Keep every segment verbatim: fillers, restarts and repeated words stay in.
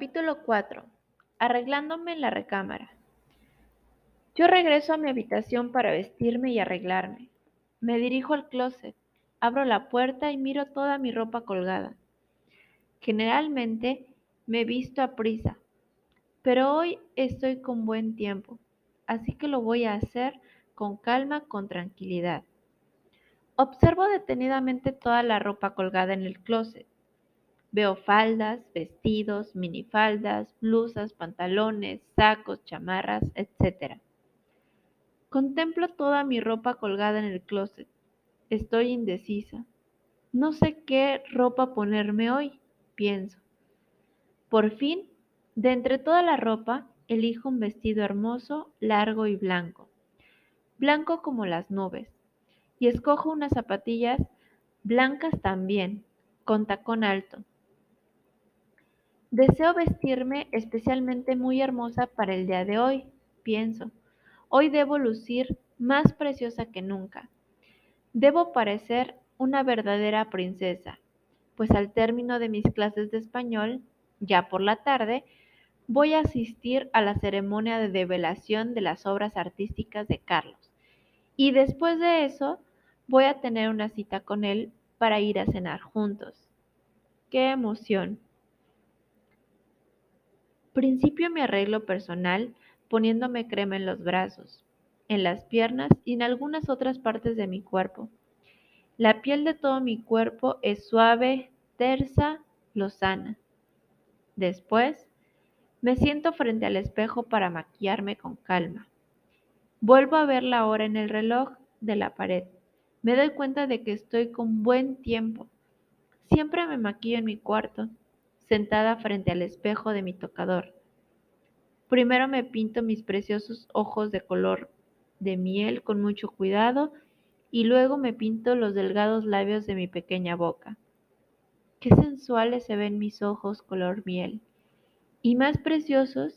Capítulo cuatro. Arreglándome en la recámara. Yo regreso a mi habitación para vestirme y arreglarme. Me dirijo al closet, abro la puerta y miro toda mi ropa colgada. Generalmente me visto a prisa, pero hoy estoy con buen tiempo, así que lo voy a hacer con calma, con tranquilidad. Observo detenidamente toda la ropa colgada en el closet. Veo faldas, vestidos, minifaldas, blusas, pantalones, sacos, chamarras, etcétera. Contemplo toda mi ropa colgada en el closet. Estoy indecisa. No sé qué ropa ponerme hoy, pienso. Por fin, de entre toda la ropa, elijo un vestido hermoso, largo y blanco, blanco como las nubes, y escojo unas zapatillas blancas también, con tacón alto. Deseo vestirme especialmente muy hermosa para el día de hoy, pienso. Hoy debo lucir más preciosa que nunca. Debo parecer una verdadera princesa, pues al término de mis clases de español, ya por la tarde, voy a asistir a la ceremonia de develación de las obras artísticas de Carlos. Y después de eso, voy a tener una cita con él para ir a cenar juntos. ¡Qué emoción! Principio mi arreglo personal poniéndome crema en los brazos, en las piernas y en algunas otras partes de mi cuerpo. La piel de todo mi cuerpo es suave, tersa, lozana. Después, me siento frente al espejo para maquillarme con calma. Vuelvo a ver la hora en el reloj de la pared. Me doy cuenta de que estoy con buen tiempo. Siempre me maquillo en mi cuarto, sentada frente al espejo de mi tocador. Primero me pinto mis preciosos ojos de color de miel con mucho cuidado y luego me pinto los delgados labios de mi pequeña boca. Qué sensuales se ven mis ojos color miel. Y más preciosos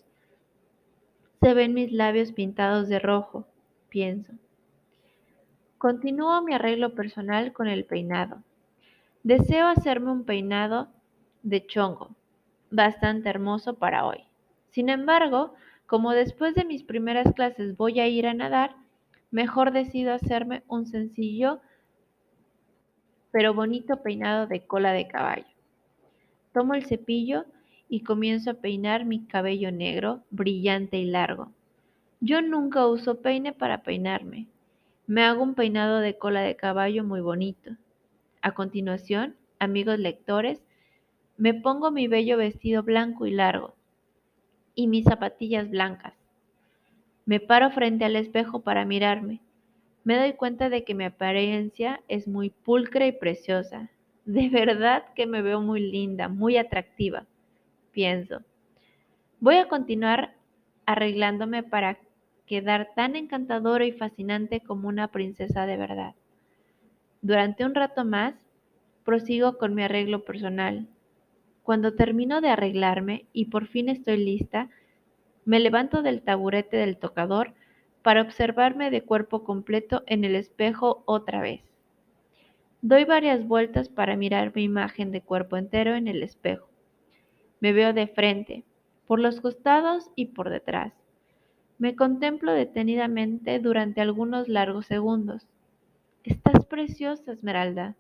se ven mis labios pintados de rojo, pienso. Continúo mi arreglo personal con el peinado. Deseo hacerme un peinado de chongo, bastante hermoso para hoy. Sin embargo, como después de mis primeras clases voy a ir a nadar, mejor decido hacerme un sencillo pero bonito peinado de cola de caballo. Tomo el cepillo y comienzo a peinar mi cabello negro, brillante y largo. Yo nunca uso peine para peinarme. Me hago un peinado de cola de caballo muy bonito. A continuación, amigos lectores, me pongo mi bello vestido blanco y largo y mis zapatillas blancas. Me paro frente al espejo para mirarme. Me doy cuenta de que mi apariencia es muy pulcra y preciosa. De verdad que me veo muy linda, muy atractiva, pienso. Voy a continuar arreglándome para quedar tan encantadora y fascinante como una princesa de verdad. Durante un rato más, prosigo con mi arreglo personal. Cuando termino de arreglarme y por fin estoy lista, me levanto del taburete del tocador para observarme de cuerpo completo en el espejo otra vez. Doy varias vueltas para mirar mi imagen de cuerpo entero en el espejo. Me veo de frente, por los costados y por detrás. Me contemplo detenidamente durante algunos largos segundos. Estás preciosa, Esmeralda.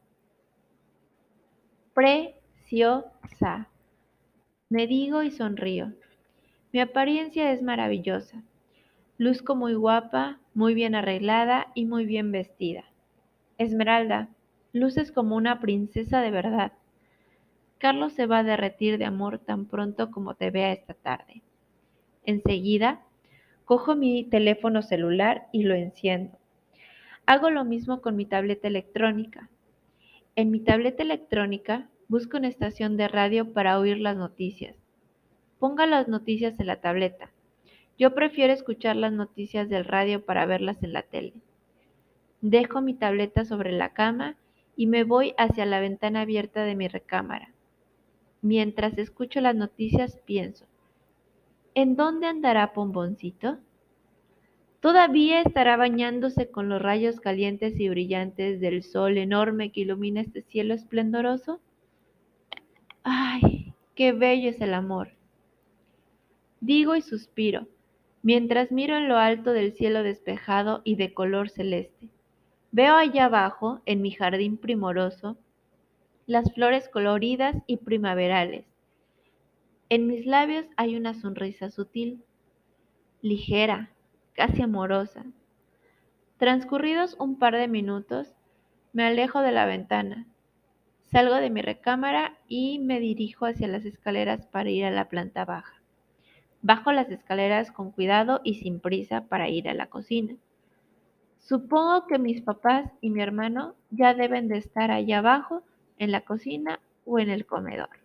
Preciosa. Me digo y sonrío. Mi apariencia es maravillosa. Luzco muy guapa, muy bien arreglada y muy bien vestida. Esmeralda, luces como una princesa de verdad. Carlos se va a derretir de amor tan pronto como te vea esta tarde. Enseguida, cojo mi teléfono celular y lo enciendo. Hago lo mismo con mi tableta electrónica. En mi tableta electrónica busco una estación de radio para oír las noticias. Ponga las noticias en la tableta. Yo prefiero escuchar las noticias del radio para verlas en la tele. Dejo mi tableta sobre la cama y me voy hacia la ventana abierta de mi recámara. Mientras escucho las noticias pienso, ¿en dónde andará Pomboncito? ¿Todavía estará bañándose con los rayos calientes y brillantes del sol enorme que ilumina este cielo esplendoroso? ¡Ay, qué bello es el amor! Digo y suspiro, mientras miro en lo alto del cielo despejado y de color celeste. Veo allá abajo, en mi jardín primoroso, las flores coloridas y primaverales. En mis labios hay una sonrisa sutil, ligera, casi amorosa. Transcurridos un par de minutos, me alejo de la ventana, salgo de mi recámara y me dirijo hacia las escaleras para ir a la planta baja. Bajo las escaleras con cuidado y sin prisa para ir a la cocina. Supongo que mis papás y mi hermano ya deben de estar allá abajo, en la cocina o en el comedor.